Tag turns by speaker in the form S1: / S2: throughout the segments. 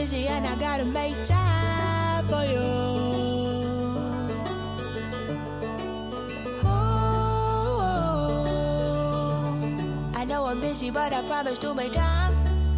S1: busy and I gotta make time for you. I know I'm busy but I promise to make time.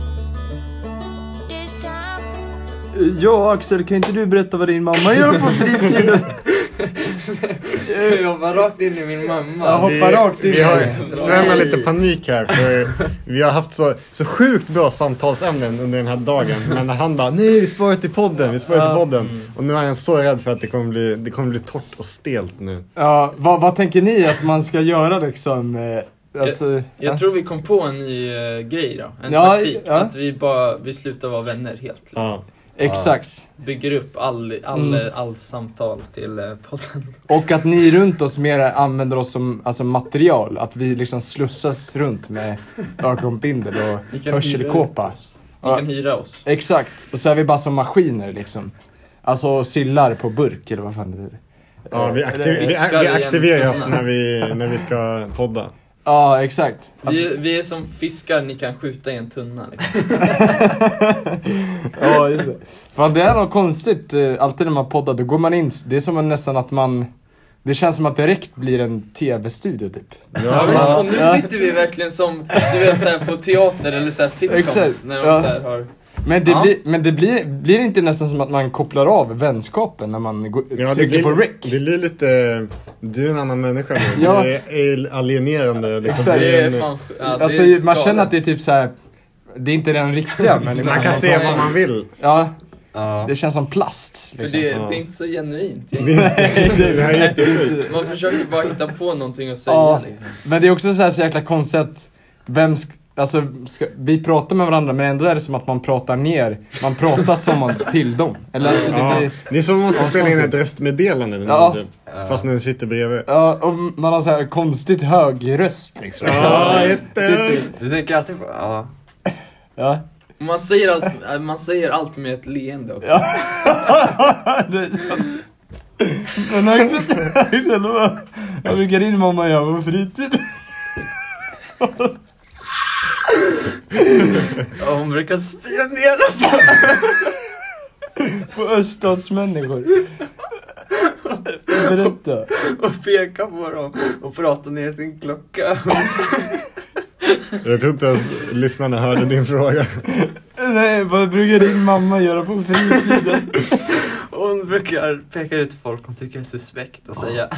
S1: This time.
S2: Ja, Axel, kan inte du berätta vad din mamma gör på fritiden?
S3: Jag jobbar rakt in i min mamma.
S2: Jag hoppar rakt in.
S4: Vi har Sven har lite panik här för vi har haft så sjukt bra samtalsämnen under den här dagen. Men han bara, nej vi sparar till podden, Och nu är han så rädd för att det kommer bli torrt och stelt nu.
S2: Ja, vad tänker ni att man ska göra liksom? Alltså,
S3: jag tror vi kom på en ny grej då. En taktik. Att vi slutar vara vänner helt.
S4: Ja.
S2: Exakt.
S3: Bygger upp all samtal till podden.
S2: Och att ni runt oss mer använder oss som material. Att vi liksom slussas runt med ögonbindel och hörselkåpa.
S3: Ni kan hyra oss.
S2: Exakt. Och så är vi bara som maskiner liksom. Alltså sillar på burk eller vad fan det är.
S4: Ja, vi aktiverar oss när vi ska podda.
S2: Ja, exakt.
S3: Vi är som fiskar ni kan skjuta i en tunna liksom.
S2: Ja, just det. Fan, det är något konstigt. Alltid när man poddar, då går man in. Det är som nästan att man... Det känns som att direkt blir en tv-studio typ.
S3: Ja, visst. Och nu sitter vi verkligen som, du vet, så här, på teater eller så här sitcoms.
S2: Exakt.
S3: När de så här har...
S2: Men det blir inte nästan som att man kopplar av vänskapen när man trycker på rec.
S4: Det blir lite, du är en annan människa nu.
S2: Ja.
S4: Det är alienerande liksom.
S2: Alltså, man känner att det är typ så här. Det är inte den riktiga men
S4: man kan se vad man vill.
S2: Ja. Det känns som plast
S3: liksom. För det är inte så genuint. Man försöker bara hitta på någonting att säga liksom.
S2: Men det är också så jäkla konstigt att vi pratar med varandra men ändå är det som att man pratar ner. Man pratar som till dem. Eller alltså
S4: det är som om man ska spela in ett röstmeddelande typ, fast när den sitter bredvid.
S2: Ja, och man har så här konstigt hög röst liksom.
S4: Ja, jätte.
S3: Du tänker alltid på
S2: Ja.
S3: Man säger allt med ett leende också.
S2: Ja. Men Axel, jag brukar din mamma göra på fritid.
S3: Hon brukar spionera
S2: på öststatsmänniskor. Berätta.
S3: Och peka på dem och prata ner sin klocka.
S4: Jag tror inte ens lyssnarna hörde din fråga.
S2: Nej, vad brukar din mamma göra på fritiden?
S3: Hon brukar peka ut folk hon tycker är suspekt och säga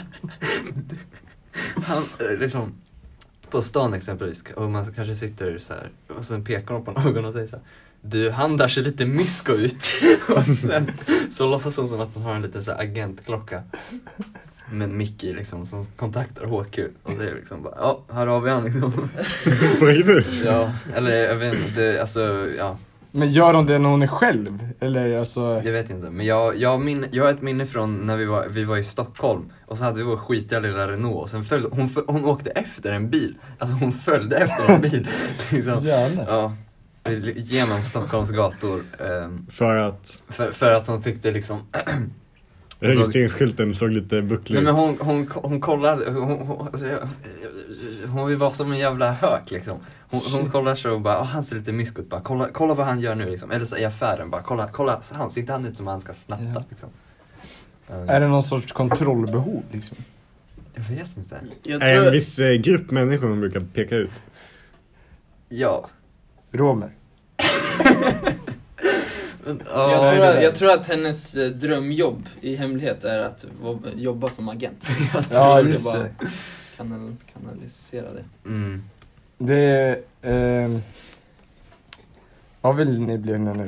S3: han liksom på stan exempelvis, och man kanske sitter så här och sen pekar de på någon och säger så här: du, han där ser lite mysko ut. Och sen så låtsas hon som att hon har en liten så här agentklocka med Mickey liksom som kontaktar HQ och säger liksom bara, ja, här har vi han liksom. Ja, eller jag vet inte, alltså ja.
S2: Men gör hon det när hon är själv? Eller alltså...
S3: Jag vet inte, men jag har ett minne från när vi var i Stockholm. Och så hade vi vår skitiga lilla Renault. Och sen hon åkte efter en bil. Alltså hon följde efter en bil liksom. Ja, genom Stockholms gator. För att hon tyckte liksom...
S4: Registreringsskylten såg lite bucklig ut.
S3: Nej, men hon kollade. Hon var som en jävla hök liksom. Hon kollar så och bara, han ser lite myskot, bara kolla vad han gör nu liksom. Eller så i affären bara, kolla han ser inte han ut som han ska snatta liksom.
S2: Är det någon sorts kontrollbehov liksom?
S3: Jag vet inte.
S4: Är en viss grupp människor hon brukar peka ut?
S3: Ja.
S2: Romer.
S3: Jag tror att hennes drömjobb i hemlighet är att jobba som agent. Jag tror det bara kanalisera det.
S2: Mm. Det vad vill ni bli nu?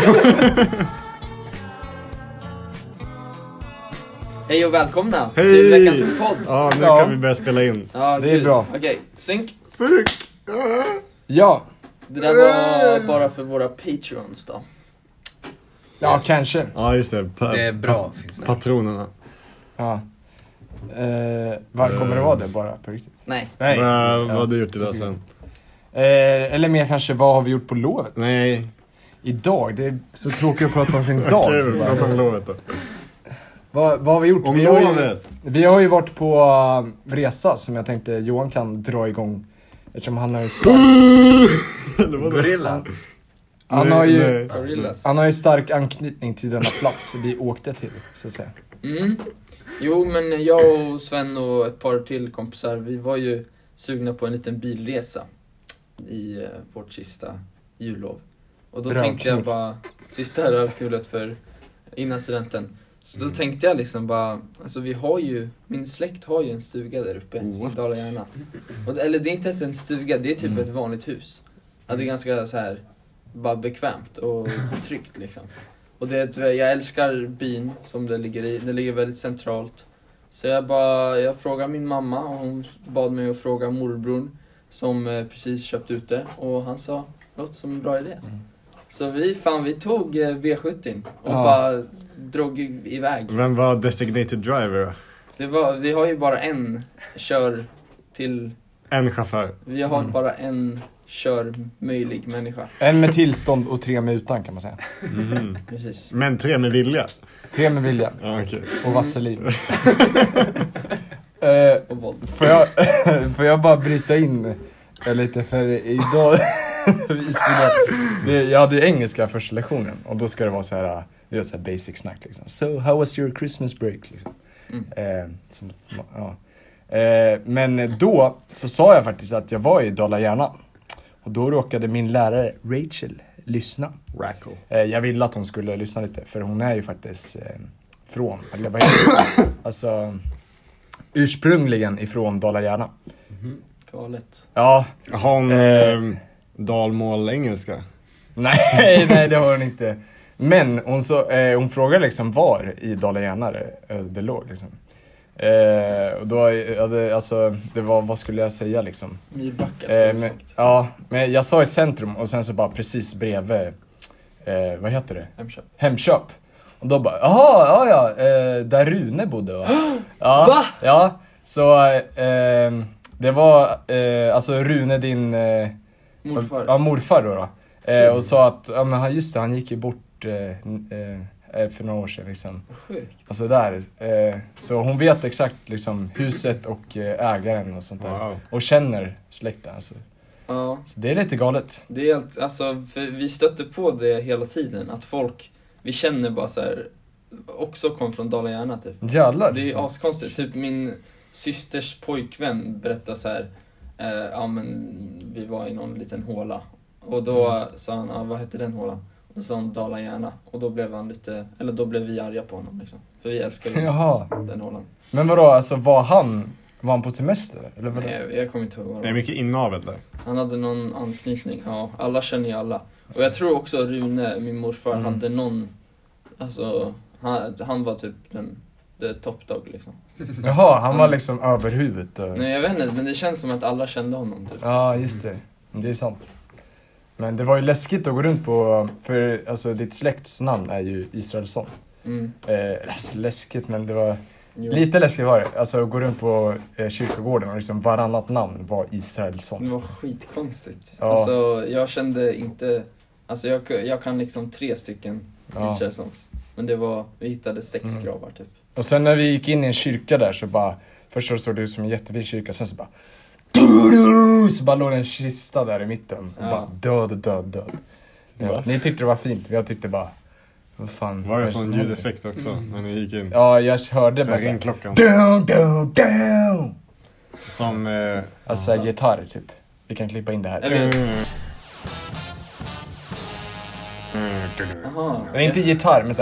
S3: Hej och välkomna till veckans podd.
S4: Ja, nu kan vi börja spela in.
S3: Ja,
S2: det är bra.
S3: Okej, synk.
S2: Ja.
S3: Det där var bara för våra Patreons då.
S2: Ja, yes. Kanske.
S4: Ja, just det.
S3: Det är bra, finns det.
S4: Patronerna.
S2: Ja. Var kommer det vara det bara på riktigt?
S3: Nej.
S4: Vad har du gjort idag sen?
S2: Eller mer kanske, vad har vi gjort på lovet?
S4: Nej.
S2: Idag, det är så tråkigt att prata om sin dag.
S4: Okej, prata om lovet då.
S2: Vad har vi gjort? Vi har ju varit på resa som jag tänkte Johan kan dra igång. Eftersom han har ju
S3: Gorillas.
S2: Han har ju,
S5: Gorillas.
S2: han har ju stark anknytning till denna plats vi åkte till, så att säga.
S5: Jo, men jag och Sven och ett par till kompisar, vi var ju sugna på en liten bilresa i vårt sista jullov. Och då tänkte jag bara, sista rövkulet för innan studenten. Så då tänkte jag liksom bara, alltså vi har ju, min släkt har ju en stuga där uppe i Dala-Järna. Eller det är inte ens en stuga, det är typ ett vanligt hus. Alltså det är ganska så här bara bekvämt och tryggt liksom. Och jag älskar byn som det ligger i, det ligger väldigt centralt. Så jag frågade min mamma och hon bad mig att fråga morbror som precis köpt ut det. Och han sa, låter som en bra idé. Så vi tog V70 och bara drog iväg.
S4: Vem var designated driver då?
S5: Vi har ju bara en kör till...
S4: En chaufför.
S5: Vi har bara en körmöjlig människa.
S2: En med tillstånd och 3 med utan, kan man säga.
S5: Precis.
S4: Men 3 med vilja.
S2: 3 med vilja.
S4: Ja, okej.
S2: Och vaselin.
S5: Och våld.
S2: Får jag bara bryta in lite, för idag jag hade ju engelska första lektionen och då ska det vara så här, det är så här basic snack liksom. So how was your Christmas break liksom. Men då så sa jag faktiskt att jag var i Dala-Järna och då råkade min lärare Rachel lyssna. Jag ville att hon skulle lyssna lite, för hon är ju faktiskt från, eller vad heter det? Alltså ursprungligen ifrån Dala-Järna.
S5: Galet.
S2: Ja.
S4: Har hon dalmål engelska?
S2: Nej, det har hon inte. Men hon frågade liksom var i Dala-Järna det låg liksom. Och då alltså det var, vad skulle jag säga liksom?
S5: Nybacka.
S2: Men jag sa i centrum och sen så bara precis bredvid vad heter det? Hemköp. Och då bara, där Rune bodde va? Ja. Va? Ja. Så det var alltså Rune din
S5: morfar.
S2: Ja, morfar då. Och sa att men just det, han gick ju bort för några år sedan liksom.
S5: Sjukt.
S2: Alltså där. Så hon vet exakt liksom huset och ägaren och sånt där.
S4: Wow.
S2: Och känner släkten alltså.
S5: Ja.
S2: Så det är lite galet.
S5: Det är alltså, för vi stötte på det hela tiden, att folk vi känner bara så här också kom från Dala-Järna typ.
S2: Jävlar.
S5: Det är askonstigt. Typ min systers pojkvän berättar så här, men vi var i någon liten håla. Och då sa han, vad hette den hålan? Och då sa han Dala-Järna. Och då blev han då blev vi arga på honom liksom. För vi älskade den hålan.
S2: Men vadå, alltså var han på semester? Eller vadå?
S5: Nej, jag kommer inte ihåg.
S4: Det är mycket inavel där.
S5: Han hade någon anknytning, ja. Alla känner ju alla. Och jag tror också Rune, min morfar, hade någon, alltså, han var typ the top dog liksom.
S2: Jaha, han var liksom över huvudet. Och...
S5: Nej, jag vet inte, men det känns som att alla kände honom typ.
S2: Ja, just det. Det är sant. Men det var ju läskigt att gå runt på, för alltså ditt släktsnamn är ju Israelsson. Alltså läskigt, men det var lite läskigt var det. Alltså gå runt på kyrkogården och liksom varannat namn var Israelsson.
S5: Det var skitkonstigt.
S2: Ja.
S5: Alltså jag kände inte, alltså jag kan liksom 3 stycken Israelssons. Men vi hittade 6 gravar typ. Och
S2: sen när vi gick in i en kyrka där så bara, först så såg det ut som en jättefin kyrka, sen så bara så bara låg en kista där i mitten och bara död. Ja, ni tyckte det var fint, jag tyckte bara, vad fan.
S4: Var det sån ljudeffekt också när ni gick in?
S2: Ja, jag hörde
S4: så
S2: bara
S4: ringklockan.
S2: Down.
S4: Som
S2: alltså gitarr typ. Vi kan klippa in det här. Men inte gitarr, men så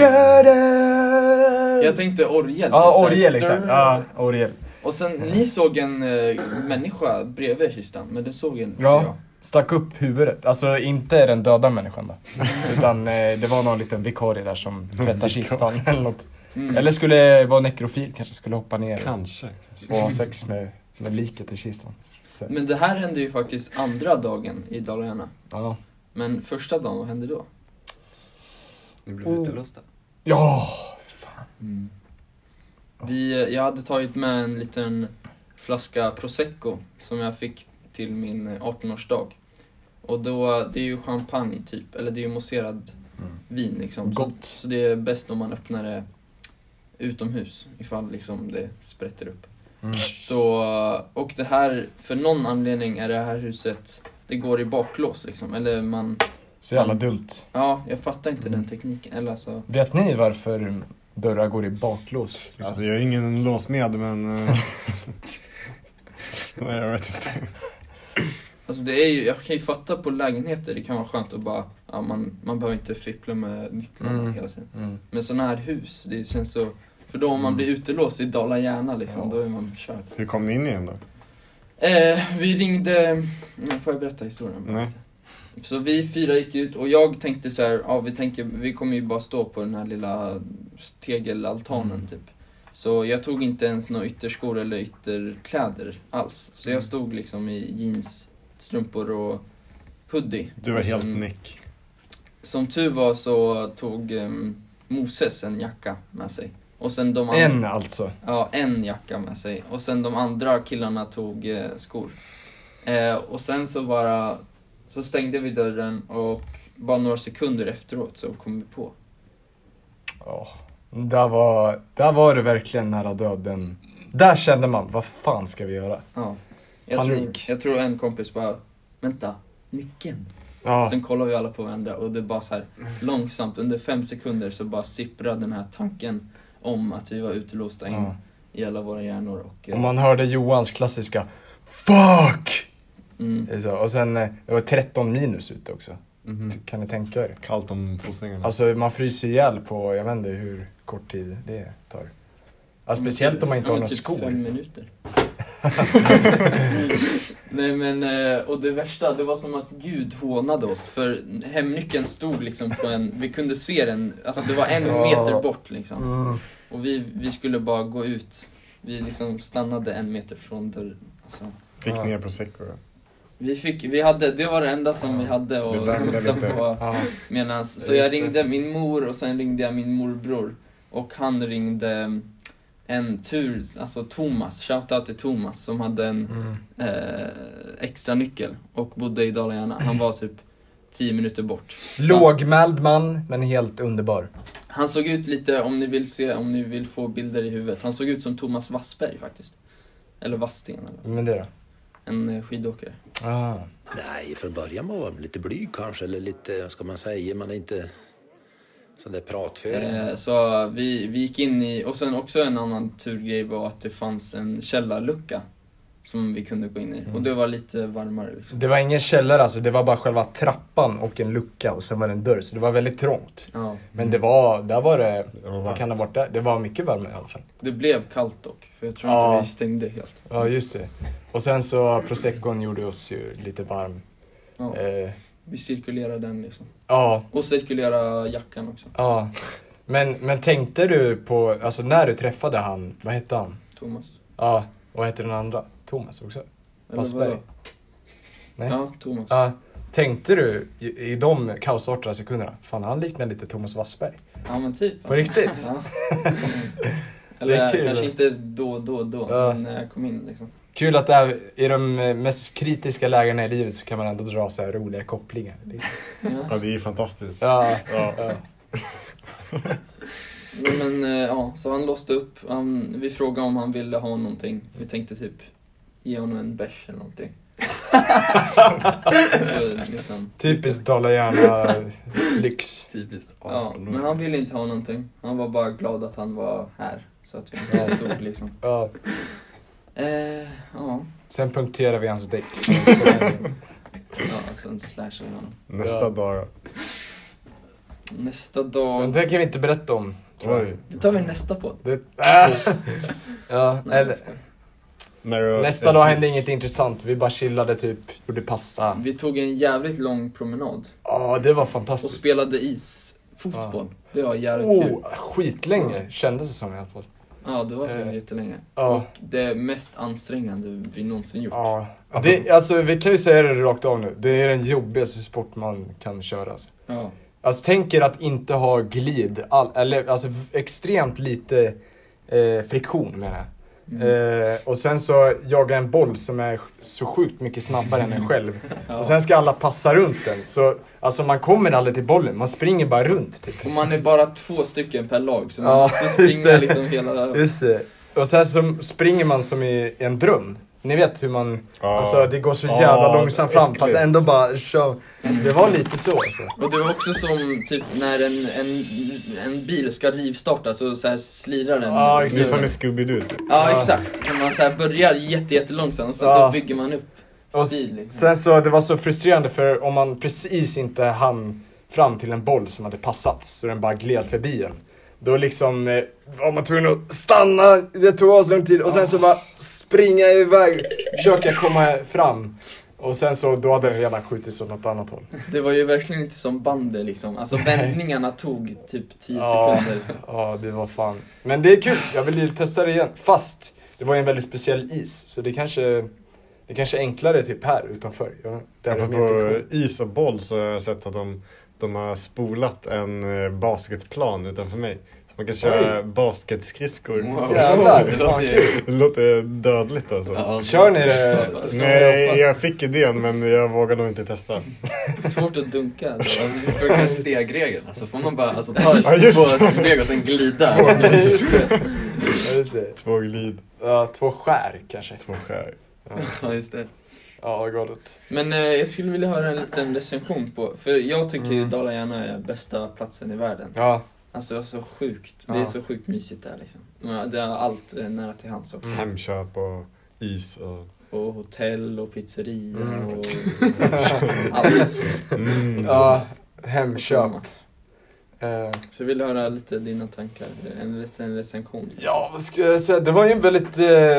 S5: jag tänkte orgel.
S2: Ja, orgel liksom. Ja, orgel.
S5: Och sen ni såg en människa bredvid kistan, men du såg en
S2: stack upp huvudet. Alltså inte den döda människan då. Utan det var någon liten vikarie där som tvättade kistan eller något. Eller skulle vara nekrofil, kanske skulle hoppa ner.
S4: Kanske.
S2: Och ha sex med liket i kistan. Så.
S5: Men det här hände ju faktiskt andra dagen i Dala-Järna.
S2: Ja.
S5: Men första dagen, vad hände då?
S3: Ni blev utelåsta.
S2: Ja, fan.
S5: Jag hade tagit med en liten flaska Prosecco som jag fick till min 18-årsdag. Och då, det är ju champagne typ, eller det är ju mousserad vin liksom.
S2: Gott.
S5: Så det är bäst om man öppnar det utomhus, ifall liksom det sprätter upp. Så, och det här, för någon anledning är det här huset, det går i baklås liksom, eller
S2: Så jävla dumt.
S5: Ja, jag fattar inte den tekniken. Eller alltså...
S2: Vet ni varför dörrar går i baklås? Liksom?
S4: Alltså jag är ingen låsmed, men... Nej, jag vet inte.
S5: Alltså det är ju, jag kan ju fatta på lägenheter, det kan vara skönt att bara, ja, man behöver inte fippla med nycklarna hela tiden. Men sådana här hus, det känns så, för då om man blir utelåst i Dala-Järna liksom, då är man körd.
S4: Hur kom ni in igen då?
S5: Vi ringde, får jag berätta historien?
S4: Nej.
S5: Så vi 4 gick ut och jag tänkte så här, ja vi kommer ju bara stå på den här lilla tegelaltanen typ. Så jag tog inte ens några ytterskor eller ytterkläder alls. Så jag stod liksom i jeans, strumpor och hoodie.
S4: Du var helt nick.
S5: Som tur var så tog Moses en jacka med sig. Och sen de andra,
S2: En alltså?
S5: Ja, en jacka med sig. Och sen de andra killarna tog skor. Och sen så stängde vi dörren och bara några sekunder efteråt så kom vi på.
S2: Ja, där var det verkligen nära döden. Där kände man, vad fan ska vi göra?
S5: Ja. Jag tror en kompis bara, vänta, nyckeln.
S2: Ja.
S5: Sen kollar vi alla på varandra och det bara så här långsamt, under 5 sekunder så bara sipprade den här tanken om att vi var utelåsta in i alla våra hjärnor. Och
S2: man hörde Johans klassiska fuck! Och sen, det var 13 minus ute också. Kan ni tänka er?
S4: Kallt om fossningarna.
S2: Alltså man fryser ihjäl på, jag vet inte hur kort tid det tar. Alltså, speciellt om man inte har några
S5: typ
S2: skor.
S5: 5 minuter. Nej men, och det värsta, det var som att Gud hånade oss. För hemnyckeln stod liksom på vi kunde se den, alltså det var 1 meter bort liksom. Och vi skulle bara gå ut. Vi liksom stannade 1 meter från dörren. Alltså.
S4: Fick ner Prosecco.
S5: Vi hade, det var det enda som vi hade och smutta på medans. Så jag ringde min mor och sen ringde jag min morbror. Och han ringde alltså Thomas, shoutout till Thomas som hade en extra nyckel och bodde i Dala-Järna. Han var typ 10 minuter bort.
S2: Lågmäld man, men helt underbar.
S5: Han såg ut lite, om ni vill få bilder i huvudet. Han såg ut som Thomas Wassberg faktiskt. Eller Wassten eller.
S2: Men det då?
S5: En skidåkare.
S6: Nej, från början var man lite blyg kanske, eller lite, vad ska man säga, man är inte så där pratför.
S5: Så vi gick in i, och sen också en annan turgrej var att det fanns en källarlucka som vi kunde gå in i. Och det var lite varmare liksom.
S2: Det var ingen källare alltså, det var bara själva trappan och en lucka och sen var det en dörr, så det var väldigt trångt.
S5: Ja.
S2: Men där var det vad kan det ha varit där? Det var mycket värme i alla fall.
S5: Det blev kallt dock, för jag tror inte vi stängde helt.
S2: Ja, just det. Och sen så Proseccon gjorde oss ju lite varm.
S5: Ja. Vi cirkulerade den liksom.
S2: Ja.
S5: Och cirkulera jackan också.
S2: Ja. Men tänkte du på, alltså när du träffade han, vad hette han?
S5: Thomas.
S2: Ja, och hette den andra? Thomas också? Wassberg? Nej.
S5: Ja, Thomas.
S2: Ja. Tänkte du i de kaosartade sekunderna, fan han liknar lite Thomas Wassberg?
S5: Ja men typ.
S2: På riktigt?
S5: Ja.
S2: Eller
S5: kul, kanske inte då, men när jag kom in liksom.
S2: Kul att det är, i de mest kritiska lägena i livet så kan man ändå dra så här roliga kopplingar.
S4: Ja, det är fantastiskt.
S2: Ja.
S5: Så han låste upp. Vi frågade om han ville ha någonting. Vi tänkte typ ge honom en bärs eller någonting. Liksom.
S2: Typiskt Dala-Järna lyx.
S3: Typiskt.
S5: Ja, men han ville inte ha någonting. Han var bara glad att han var här. Så att vi inte tog liksom.
S2: Ja.
S5: Ja.
S2: Sen punkterar vi hans däck.
S5: Sen slashar vi honom.
S4: Nästa dag.
S2: Men det kan vi inte berätta om.
S4: Oj.
S5: Det tar vi nästa podd.
S2: Ja, eller nästa dag hände inget intressant. Vi bara chillade typ, gjorde pasta.
S5: Vi tog en jävligt lång promenad.
S2: Ja, det var fantastiskt.
S5: Och spelade isfotboll. Det var jävligt kul.
S2: Skitlänge kändes det som i alla fall.
S5: Ja, det var så jättelänge.
S2: Ja.
S5: Och det mest ansträngande vi någonsin gjort.
S2: Ja. Alltså vi kan ju säga det rakt av nu. Det är den jobbigaste sport man kan köra alltså.
S5: Ja.
S2: Alltså tänk er att inte ha glid, eller alltså extremt lite friktion menar jag. Och sen så jagar en boll som är så sjukt mycket snabbare än en själv.
S5: Ja.
S2: Och sen ska alla passa runt den. Så alltså man kommer aldrig till bollen, man springer bara runt typ.
S5: Och man är bara 2 stycken per lag, så man måste springa liksom hela...
S2: Just det. Och sen så springer man som i en dröm. ni vet hur man, alltså det går så jävla långsamt fram fast ändå bara kör. Det var lite så alltså.
S5: Och det var också som typ när en bil ska rivstarta så här slirar den.
S2: Ja,
S4: Det är som en Scooby-Doo typ.
S5: Ja, exakt. När man så här börjar jättelångsamt och sen så bygger man upp stil. Liksom.
S2: Sen så, det var så frustrerande för om man precis inte hann fram till en boll som hade passats så den bara gled förbi en. Då liksom var man tvungen att stanna, det tog oss lång tid och sen så bara springa iväg, försöka komma fram. Och sen så då hade den redan skjutits åt något annat håll.
S5: Det var ju verkligen inte som bandet liksom. Alltså vändningarna tog typ 10 sekunder.
S2: Ja, det var fan. Men det är kul, jag vill ju testa det igen. Fast det var ju en väldigt speciell is. Så det kanske är enklare typ här utanför.
S4: På is och boll så har jag sett att de har spolat en basketplan utanför mig. Så man kan köra basketskridskor.
S2: Wow. Jävlar,
S4: det låter dödligt alltså.
S5: Ja,
S2: kör ni det?
S4: Nej, jag fick idén men jag vågar nog inte testa.
S5: Svårt att dunka. Alltså.
S3: Du får en stegregel. Alltså får man bara ta två steg och sen glida.
S2: Just det.
S4: 2 glid.
S2: Ja, 2 skär kanske.
S4: 2 skär.
S3: Ja, just det.
S2: Ja, galet.
S5: Men jag skulle vilja höra en liten recension på. För jag tycker ju Dala-Järna är bästa platsen i världen.
S2: Ja.
S5: Alltså så sjukt. Det är så sjukt mysigt där liksom. Ja, det är allt nära till hands också.
S4: Hemköp och is
S5: och hotell och pizzeria och allt.
S2: Ja, Hemköp.
S5: Så jag vill höra lite dina tankar. En liten recension.
S2: Ja, vad ska jag säga? Det var ju en väldigt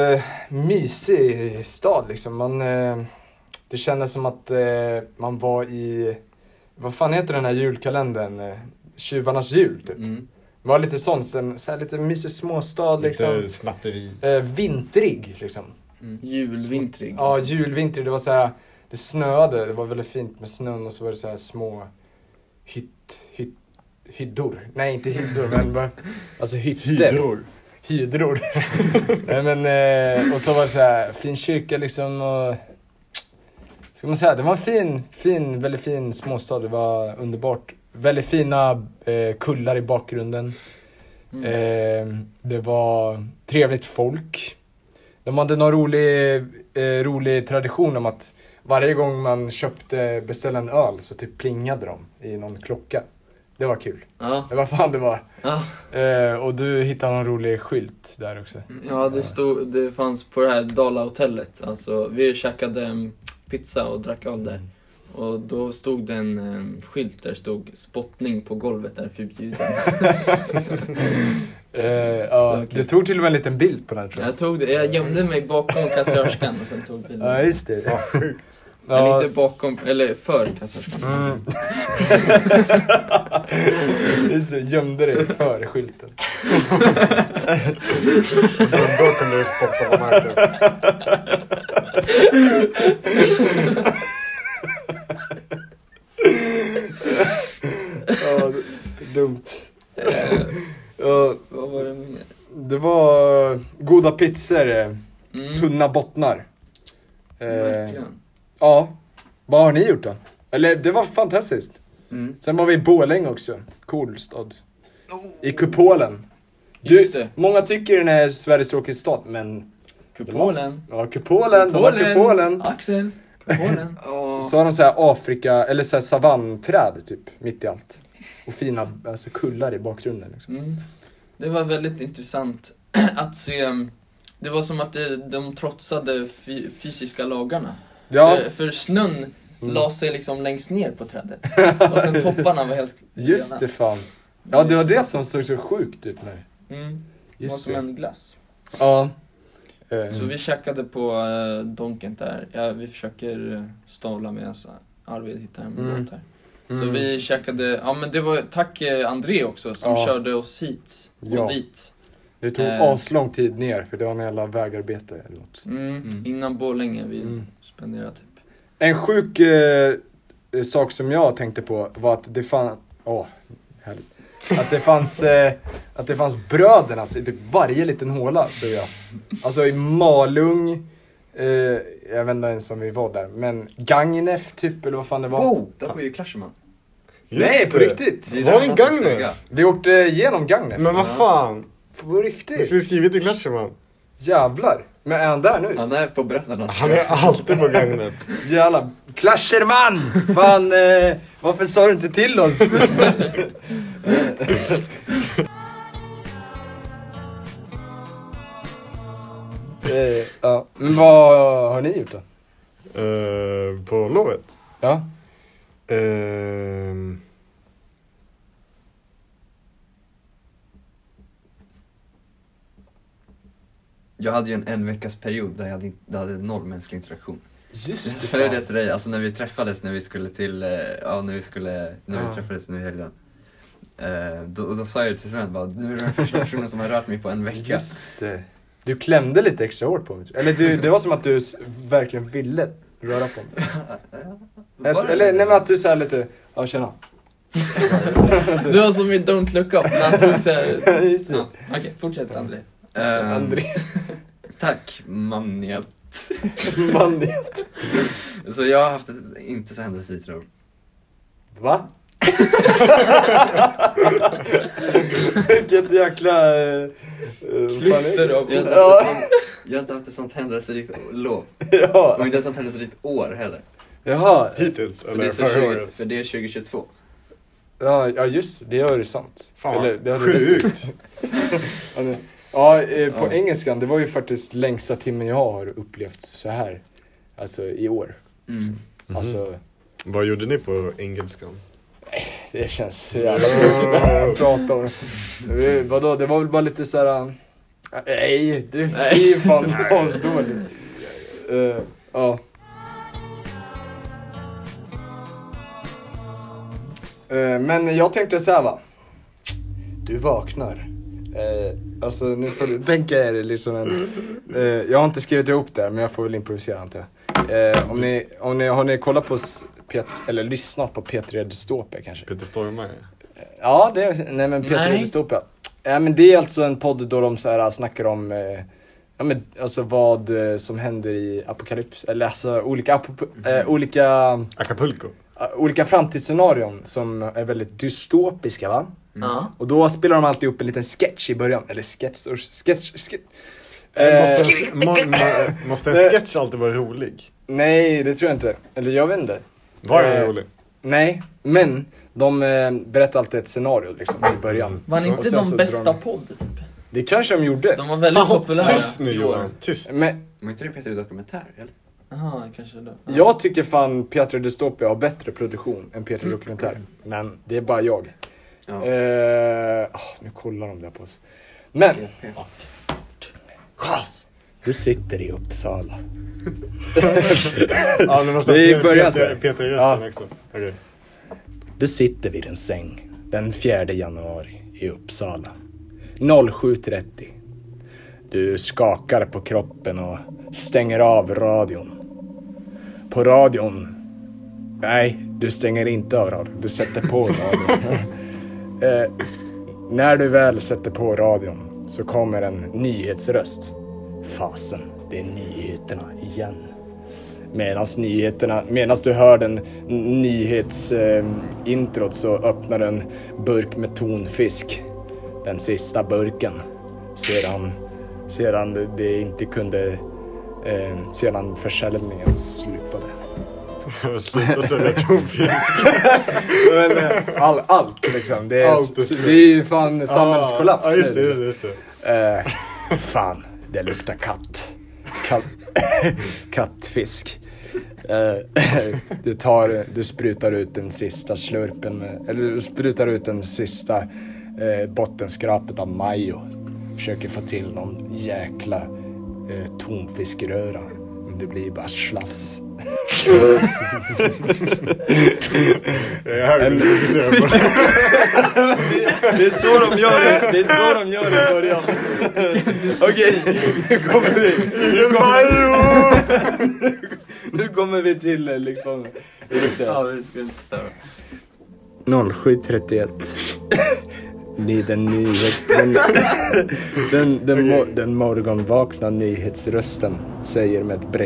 S2: mysig stad liksom. Det kändes som att man var i... Vad fan heter den här julkalendern? Tjuvarnas jul typ. Det var lite sån, så här lite mysig småstad liksom.
S4: Lite snatteri.
S2: Vintrig liksom.
S5: Julvintrig.
S2: Ja, julvintrig. Det var så här, det snöade. Det var väldigt fint med snön och så var det så här små hyddor. Nej, inte hyddor, men alltså hytter. Hydror. Nej, men och så var det så här fin kyrka liksom och ska man säga, det var en väldigt fin småstad. Det var underbart. Väldigt fina kullar i bakgrunden. Det var trevligt folk. De hade någon rolig tradition om att varje gång man beställde en öl så typ plingade de i någon klocka. Det var kul.
S5: Ja.
S2: Det var fan det var.
S5: Ja.
S2: Och du hittade någon rolig skylt där också.
S5: Ja, det fanns på det här Dala-hotellet. Alltså, vi käkade pizza och drack öl där. Och då stod det en skylt där stod spottning på golvet är förbjuden.
S2: Ja, du tog till och med en liten bild på den tror jag.
S5: Jag gömde mig bakom kassörskan och sen tog bilden.
S2: Ja, just det.
S4: Sjukt.
S5: Men inte bakom, eller för kassörskan.
S2: Just det, gömde dig för skylten.
S4: Då kunde du spotta på marken.
S2: Ja, dumt.
S5: Vad var det mer?
S2: Det var goda pizzor, tunna bottnar.
S5: Verkligen.
S2: Ja, vad har ni gjort då? Eller det var fantastiskt. Sen var vi i Borlänge också, cool stad. I Kupolen.
S5: Just det.
S2: Många tycker den är Sveriges tråkigaste stad, men
S5: Kupolen.
S2: Ja, Kupolen. De var Kupolen.
S5: Axel. Kupolen.
S2: Så har de så här Afrika, eller så här savannträd typ, mitt i allt. Och fina alltså, kullar i bakgrunden liksom.
S5: Det var väldigt intressant att se. Det var som att de trotsade fysiska lagarna.
S2: Ja.
S5: För snön la sig liksom längst ner på trädet. Och sen topparna var helt
S2: just det fan. Ja, det var det som såg så sjukt ut med.
S5: Det var som en glass.
S2: Ja.
S5: Så vi käkade på Donken där. Ja, vi försöker stavla med så Arvid hittar en båt här. Så vi käkade, ja men det var tack André också som körde oss hit och dit.
S2: Det tog aslång tid ner för det var en jävla vägarbete eller något.
S5: Innan Borlänge vi spenderade typ.
S2: En sjuk sak som jag tänkte på var att det att det fanns bröden alltså, i typ varje liten håla så jag. Alltså i Malung, jag vet inte ens om vi var där, men Gagnef typ eller vad fan det var.
S3: Wow, där var ju Clasherman.
S2: Nej, på riktigt.
S4: Var det en Gagnef?
S2: Vi åkte igenom Gagnef.
S4: Men vad fan?
S2: På riktigt.
S4: Jag skulle skrivit i Clasherman.
S2: Jävlar. Men är han där nu?
S3: Han är på Brödernas.
S4: Han är alltid på Gagnet.
S2: Jävla Clasherman! Fan, varför sa du inte till oss? Ja, men vad har ni gjort då?
S4: På lovet?
S2: Ja.
S3: Jag hade ju en veckas period där jag hade noll mänsklig interaktion.
S2: Just det.
S3: Så är det till dig, alltså när vi träffades, när vi skulle till, när vi träffades nu i helgen. Då sa jag till Sven bara, nu är du den första personen som har rört mig på en vecka.
S2: Just det. Du klämde lite extra hårt på mig. Eller det var som att du verkligen ville röra på mig. Eller nej, men att du sa lite, ja tjena.
S5: Du var som i Don't Look Up när han tog såhär.
S2: Just det.
S5: Ja. Okej, fortsätt André.
S2: André.
S3: Tack, manjet.
S2: Manjet.
S3: Så jag har haft ett inte så händelserikt år.
S2: Va? Vilket jäkla
S5: Kluster av
S3: Jag har inte haft ett sånt händelserikt lov.
S2: Ja.
S3: Och inte ett sånt händelserikt år heller.
S2: Jaha.
S4: Hittills,
S3: För det,
S4: eller
S3: är så
S4: förra året?
S3: för det är 2022.
S2: Ja, just det är ju sant.
S4: Fan,
S2: det
S4: sjukt.
S2: På engelskan, det var ju faktiskt längsta timmen jag har upplevt så här. Alltså i år. Alltså,
S4: Vad gjorde ni på engelskan?
S2: det känns så jävla tråkigt att prata om. Vadå, det var väl bara lite såhär. Nej, det är ju fan asdåligt. Ja. Men jag tänkte så här, va. Du vaknar. Alltså nu får du tänka er liksom jag har inte skrivit ihop det, men jag får väl improvisera antar jag. Har ni kollat på eller lyssnat på Peter Dystopia kanske?
S4: Peter Stormare?
S2: Ja, Peter Dystopia. Men det är alltså en podd då de så här snackar om alltså vad som händer i apokalyps, eller alltså olika framtidsscenarion som är väldigt dystopiska, va? Och då spelar de alltid upp en liten sketch i början. Eller sketch.
S4: Måste en sketch alltid vara rolig?
S2: Nej, det tror jag inte. Eller jag vet inte.
S4: Var är rolig?
S2: Nej, men de berättar alltid ett scenario liksom, i början.
S5: Var inte de bästa podd typ?
S2: Det kanske de gjorde.
S5: De var väldigt populära.
S4: Tyst nu Johan, tyst.
S2: Men
S3: inte det Peter Dokumentär, eller?
S5: Jaha, kanske då. Ja.
S2: Jag tycker fan Peter Dystopia har bättre produktion än Peter Dokumentär. Men det är bara jag.
S3: Ja.
S2: Nu kollar de där på oss. Men du sitter i Uppsala.
S4: Ja, nu måste
S2: det börjar så.
S4: Peter rösten också. Okay.
S2: Du sitter vid en säng den 4 januari i Uppsala. 07:30. Du skakar på kroppen och stänger av radion. På radion. Nej, du stänger inte av radion. Du sätter på radion. När du väl sätter på radion så kommer en nyhetsröst. Fasen, det är nyheterna igen. Medan du hör den nyhetsintrot så öppnar en burk med tonfisk. Den sista burken. Sedan det inte kunde sedan försäljningen slutade.
S4: Sluta sälja tonfisk.
S2: Men allt liksom. Det är ju fan samhällskollaps.
S4: Ja, just det.
S2: Fan, det luktar kattfisk. Du sprutar ut den sista slurpen eller du sprutar ut den sista bottenskrapet av majo. Försöker få till någon jäkla tonfiskröra. Men det blir bara slafs. Det är så de gör det. Det är så de gör det i början. Okej, nu kommer vi till liksom.
S3: Ja, vi ska inte störa.
S2: 07:31. Den morgonvakna nyhetsrösten säger med ett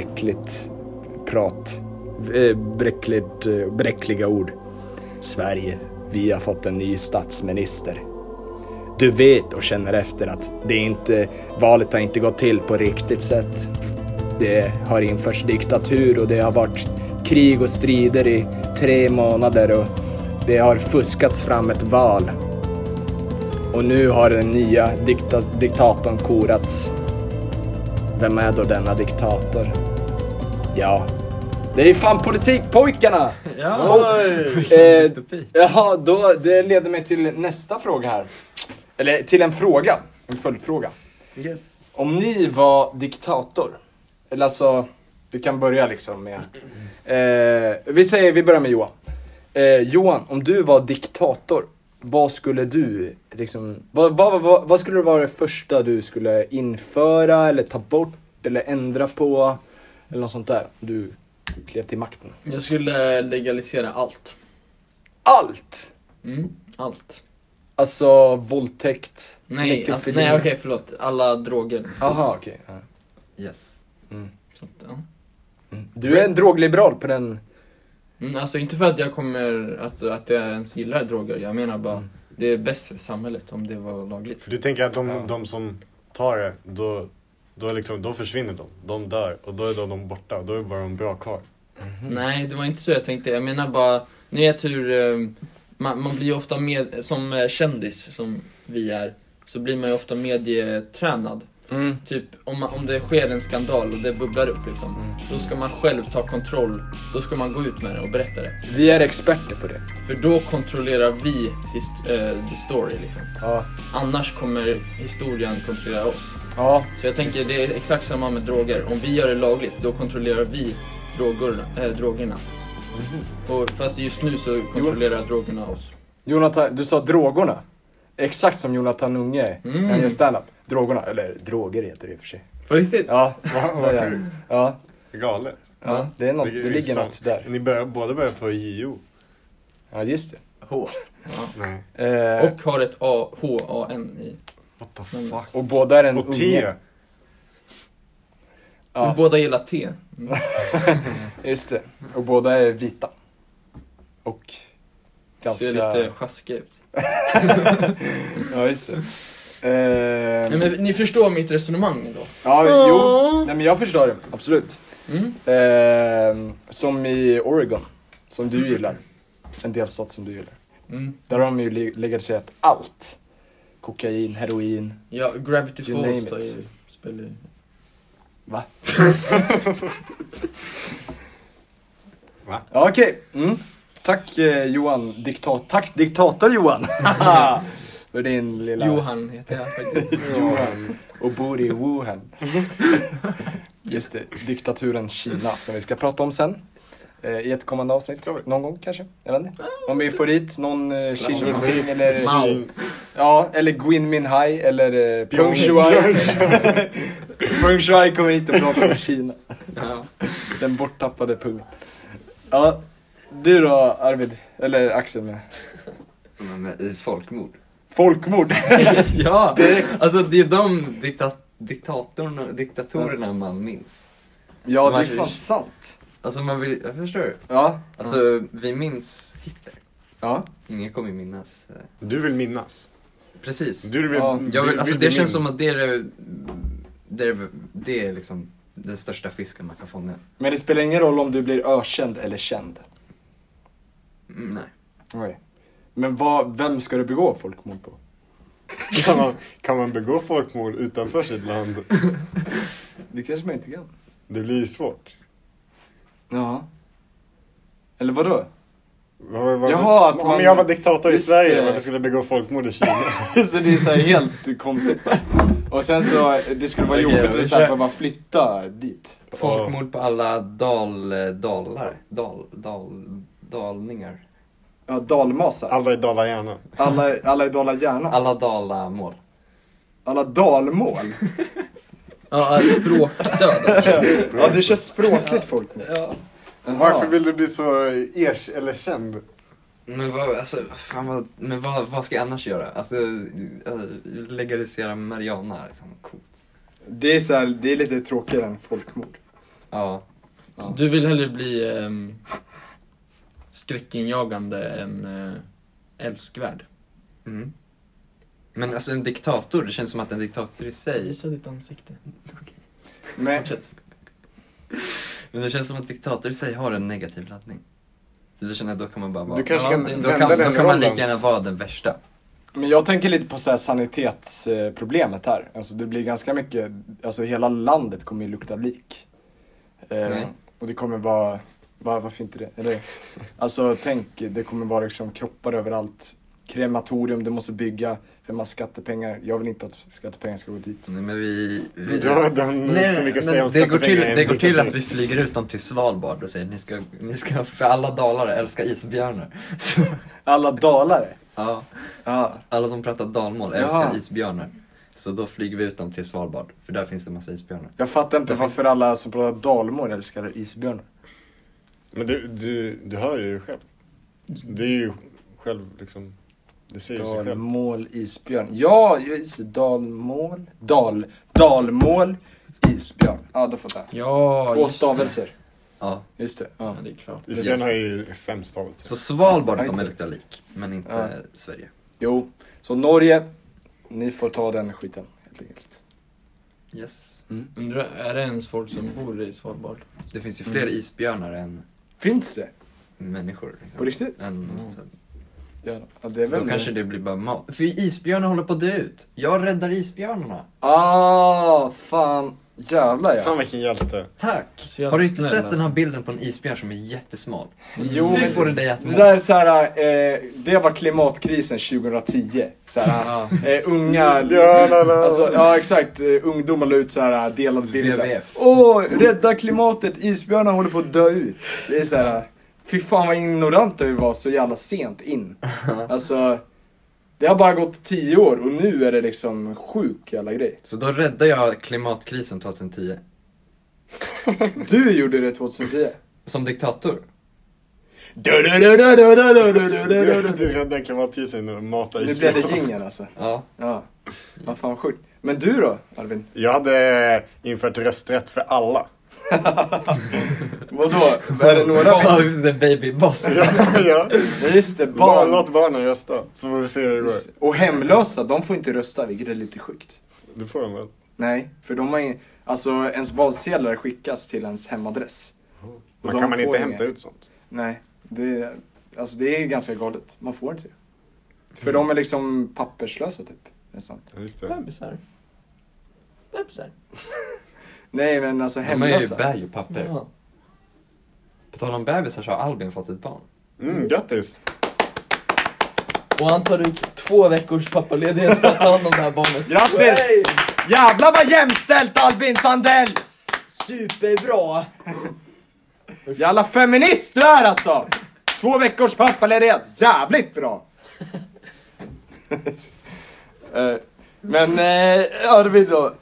S2: bräckliga ord. Sverige, vi har fått en ny statsminister. du vet och känner efter att valet har inte gått till på riktigt sätt. Det har införts diktatur och det har varit krig och strider i 3 månader och det har fuskats fram ett val. Och nu har den nya diktatorn korats. Vem är då denna diktator? Ja, det är ju fan politikpojkarna! Jaha, det leder mig till nästa fråga här. Eller till en fråga, en följdfråga.
S4: Yes.
S2: Om ni var diktator, eller alltså, vi kan börja liksom med... vi börjar med Johan. Johan, om du var diktator, vad skulle du liksom... Vad skulle det vara det första du skulle införa eller ta bort eller ändra på? Eller något sånt där, du klev till makten.
S5: Jag skulle legalisera allt.
S2: Allt?
S5: Allt.
S2: Alltså våldtäkt?
S5: Nej, okej, förlåt. Alla droger.
S2: Aha, okej.
S3: Yes.
S5: Så att, ja.
S2: Du är en drogliberal på den...
S5: Alltså inte för att jag kommer att jag ens gillar droger. Jag menar bara, det är bäst för samhället om det var lagligt.
S4: För du tänker att de som tar det, då försvinner de. De dör och då är de borta. Då är bara de bra kvar.
S5: Nej, det var inte så jag tänkte. Jag menar bara, ni vet hur man blir ju ofta med som kändis som vi är, så blir man ju ofta medietränad. Typ om det sker en skandal och det bubblar upp liksom, då ska man själv ta kontroll. Då ska man gå ut med det och berätta det.
S2: Vi är experter på det.
S5: För då kontrollerar vi the story liksom.
S2: Ja.
S5: Annars kommer historien kontrollera oss.
S2: Ja.
S5: Så jag tänker det är exakt samma med droger. Om vi gör det lagligt, då kontrollerar vi drogerna. Och fast just nu så kontrollerar drogerna oss.
S2: Jonathan, du sa drogerna. Exakt som Jonathan Unge. Han gör stand-up. Drogerna, eller droger heter det i och för sig.
S5: På riktigt?
S2: Ja. Ja.
S4: Galet.
S2: Ja, det är något, det ligger något där.
S4: Ni båda börjar på JO.
S2: Ja, just det.
S5: H.
S4: Nej.
S5: Och har ett H-A-N i.
S4: What the fuck?
S2: Och båda är en
S4: och T.
S2: unge. Ja.
S5: Och båda gillar te.
S2: Just det. Och båda är vita. Och ganska...
S5: Ser lite sjaskiga ut.
S2: Ja, just det.
S5: Nej, men ni förstår mitt resonemang då?
S2: Ja, jo. Nej, men jag förstår det. Absolut. Som i Oregon. Som du gillar. En delstat som du gillar. Där har de ju legaliserat allt. Kokain, heroin.
S5: Ja, Gravity
S2: You
S5: Falls
S2: name
S5: då
S2: it.
S5: spelar.
S2: Va?
S4: Va?
S2: Ja, okej. Tack Johan. Tack diktator Johan. För din lilla...
S5: Johan heter jag faktiskt.
S2: Johan. Och bor i Wuhan. Just det. Diktaturen Kina som vi ska prata om sen. I ett kommande avsnitt. Någon gång kanske. Jag vet inte. Om vi får dit någon Xi Jinping eller...
S5: Mao.
S2: Ja, eller Gui Minhai eller Peng Shuai. Peng Shuai kommer hit och pratar om Kina.
S5: Ja.
S2: Den borttappade pung. Ja, du då Arvid, eller Axel med.
S3: Men i folkmord.
S2: Folkmord.
S3: Ja, alltså det är de diktatorerna man minns.
S2: Ja,
S3: det är
S2: fan sant.
S3: Alltså jag förstår.
S2: Ja.
S3: Alltså vi minns Hitler.
S2: Ja.
S3: Ingen kommer minnas.
S4: Du vill minnas.
S3: Precis.
S4: Du vill,
S2: Ja.
S3: Alltså det känns som att det är liksom den största fisken man kan fånga.
S2: Men det spelar ingen roll om du blir ökänd eller känd.
S3: Nej.
S2: Oj. Men vem ska du begå folkmord på?
S4: Kan man begå folkmord utanför sitt land?
S2: Det kanske man inte kan.
S4: Det blir ju svårt.
S2: Ja. Eller vadå?
S4: Jaha, att om jag var diktator i Sverige, varför skulle jag begå folkmord i Kina?
S2: Så det är så här helt konstigt. Och sen så, det skulle vara jobbigt att så här bara flytta dit.
S3: Folkmord på alla dalningar.
S2: Ja, dalmasar.
S4: Alla i Dala-Järna.
S2: Alla i Dala-Järna.
S3: Alla dalamål.
S2: Alla dalmål.
S5: Ja, språkdöd.
S2: Ja, du kör språkligt folkmord.
S5: Ja.
S4: Varför vill du bli så eller känd?
S3: Men vad ska jag annars göra? Alltså legalisera marijuana liksom, coolt.
S2: Det är så här, det är lite tråkigare än folkmord.
S3: Ja.
S5: Så du vill hellre bli skräckinjagande än älskvärd?
S3: Men alltså en diktator, det känns som att en diktator i sig...
S5: Visa ditt ansikte.
S2: Men,
S5: Fortsätt.
S3: Men det känns som att diktator i sig har en negativ laddning. Så du känner att då kan man bara vara...
S4: Du kanske kan
S3: då
S4: vända
S3: kan
S4: den
S3: man
S4: rollen.
S3: lika gärna vara den värsta.
S2: men jag tänker lite på så här sanitetsproblemet här. Alltså det blir ganska mycket, alltså hela landet kommer ju lukta lik.
S3: Nej.
S2: Och det kommer vara, varför inte det? Eller, alltså tänk, det kommer vara liksom kroppar överallt. Krematorium, du måste bygga för en massa skattepengar. Jag vill inte att skattepengar ska gå dit.
S3: Nej, men vi...
S4: Du har inte så mycket att säga om
S3: det går till,
S4: skattepengar.
S3: det går till att vi flyger ut dem till Svalbard och säger ni ska för alla dalare älska isbjörnar. Så,
S2: Alla dalare?
S3: ja,
S2: Ja.
S3: alla som pratar dalmål älskar
S2: Jaha.
S3: isbjörnar. Så då flyger vi ut dem till Svalbard, för där finns det massa isbjörnar.
S2: Jag fattar inte varför alla som pratar dalmål älskar isbjörnar.
S4: Men du hör ju själv. Det är ju själv liksom... Det säger sig själv.
S2: Dalmål, isbjörn. Ja, just det. Dalmål. Dalmål, isbjörn. Ja, då fattar jag.
S5: Ja,
S2: 2
S5: just det.
S2: stavelser.
S3: Ja.
S2: Just det.
S5: Ja,
S2: Ja.
S5: det är klart.
S4: Isbjörn har ju 5 stavelser.
S3: Så Svalbard
S2: Ja, just
S3: kommer
S2: det.
S3: lukta lik, men inte
S2: Ja.
S3: Sverige.
S2: Jo, så Norge, ni får ta den skiten helt enkelt.
S3: Yes.
S5: Undrar, är det ens folk som bor i Svalbard?
S3: Det finns ju fler isbjörnar än
S2: Finns det?
S3: människor. Liksom.
S2: På riktigt? Ja, det är
S3: Så då
S2: väl
S3: kanske det blir bara mat. För isbjörnar håller på att dö ut. Jag räddar isbjörnarna.
S2: Fan. Jävlar
S4: Fan vilken hjälte.
S3: Tack!
S5: Så jävla
S3: Har du inte
S5: snäll,
S3: sett
S5: alltså.
S3: den här bilden på en isbjörn som är jättesmal?
S2: Jo,
S3: Hur
S2: men
S3: får det dig att
S2: det
S3: må?
S2: där är såhär, det var klimatkrisen 2010. Såhär, unga...
S4: Isbjörnarna.
S2: Alltså, ja exakt, ungdomar la ut såhär delade bilder såhär.
S3: WWF.
S2: Rädda klimatet, isbjörnar håller på att dö ut. Det är såhär, fy fan vad ignoranta vi var så jävla sent in. Alltså, det har bara gått 10 år och nu är det liksom sjuk jävla grej.
S3: Så då räddade jag klimatkrisen 2010.
S2: Du gjorde det 2010.
S3: Som diktator.
S4: Du räddar klimatkrisen och matar
S2: Nu
S4: isbjörnar.
S2: blev det jingeln alltså.
S3: Ja.
S2: Ja, vad fan sjukt. Men du då, Alvin?
S4: Jag hade infört rösträtt för alla.
S2: Vadå? Är det några?
S3: Ja, the baby boss.
S4: Ja.
S2: Ja, just det,
S4: Bara
S2: barn.
S4: låt barnen rösta. Så får vi se hur det går.
S2: Och hemlösa, de får inte rösta, vilket är lite sjukt.
S4: Du får en väl?
S2: Nej, för de har ingen... Alltså, ens valsedlar skickas till ens hemadress. Och
S4: Man
S2: de
S4: kan man
S2: får
S4: inte
S2: ingen-
S4: hämta ut sånt?
S2: Nej, det är ganska galet. Man får inte det. För de är liksom papperslösa typ, nästan.
S4: Ja, just det.
S5: Bebisar. Bebisar.
S2: Nej, men alltså
S3: De är ju
S2: hemlösa.
S3: bär ju papper.
S5: Ja.
S3: På tal om bebisar så har Albin fått ett barn.
S4: Grattis.
S5: Och han tar ut 2 veckors pappaledighet för att ta hand om det här barnet.
S2: Grattis! Jävlar vad jämställt Albin Sandell!
S5: Superbra!
S2: Jävla feminist du är alltså! 2 veckors pappaledighet, jävligt bra! Men Arvid då.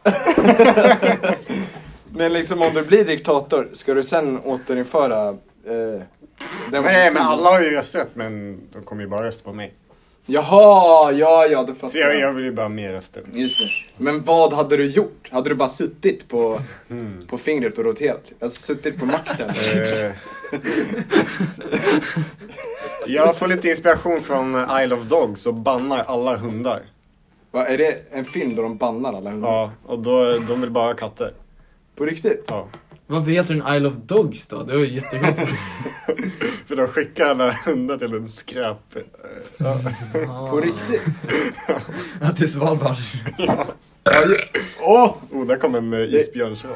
S2: Men liksom om du blir diktator, ska du sen återinföra
S4: Nej, men alla har ju rösträtt, men de kommer ju bara rösta på mig.
S2: Jaha, ja, det fattar
S4: Så jag vill ju bara mer röster.
S2: Just det. Men vad hade du gjort? Hade du bara suttit på fingret och roterat? Alltså suttit på makten?
S4: Jag får lite inspiration från Isle of Dogs och bannar alla hundar.
S2: Va, är det en film där de bannar alla hundar?
S4: Ja, och då, de vill bara ha katter.
S2: På riktigt?
S4: Ja.
S5: Varför heter den Isle of Dogs då? Det var ju jättegott.
S4: För de skickar alla hundar till en skräp. Ja.
S2: På riktigt?
S3: Ja, till Svalbard.
S2: Åh!
S4: Oh, där kom en isbjörnsrap.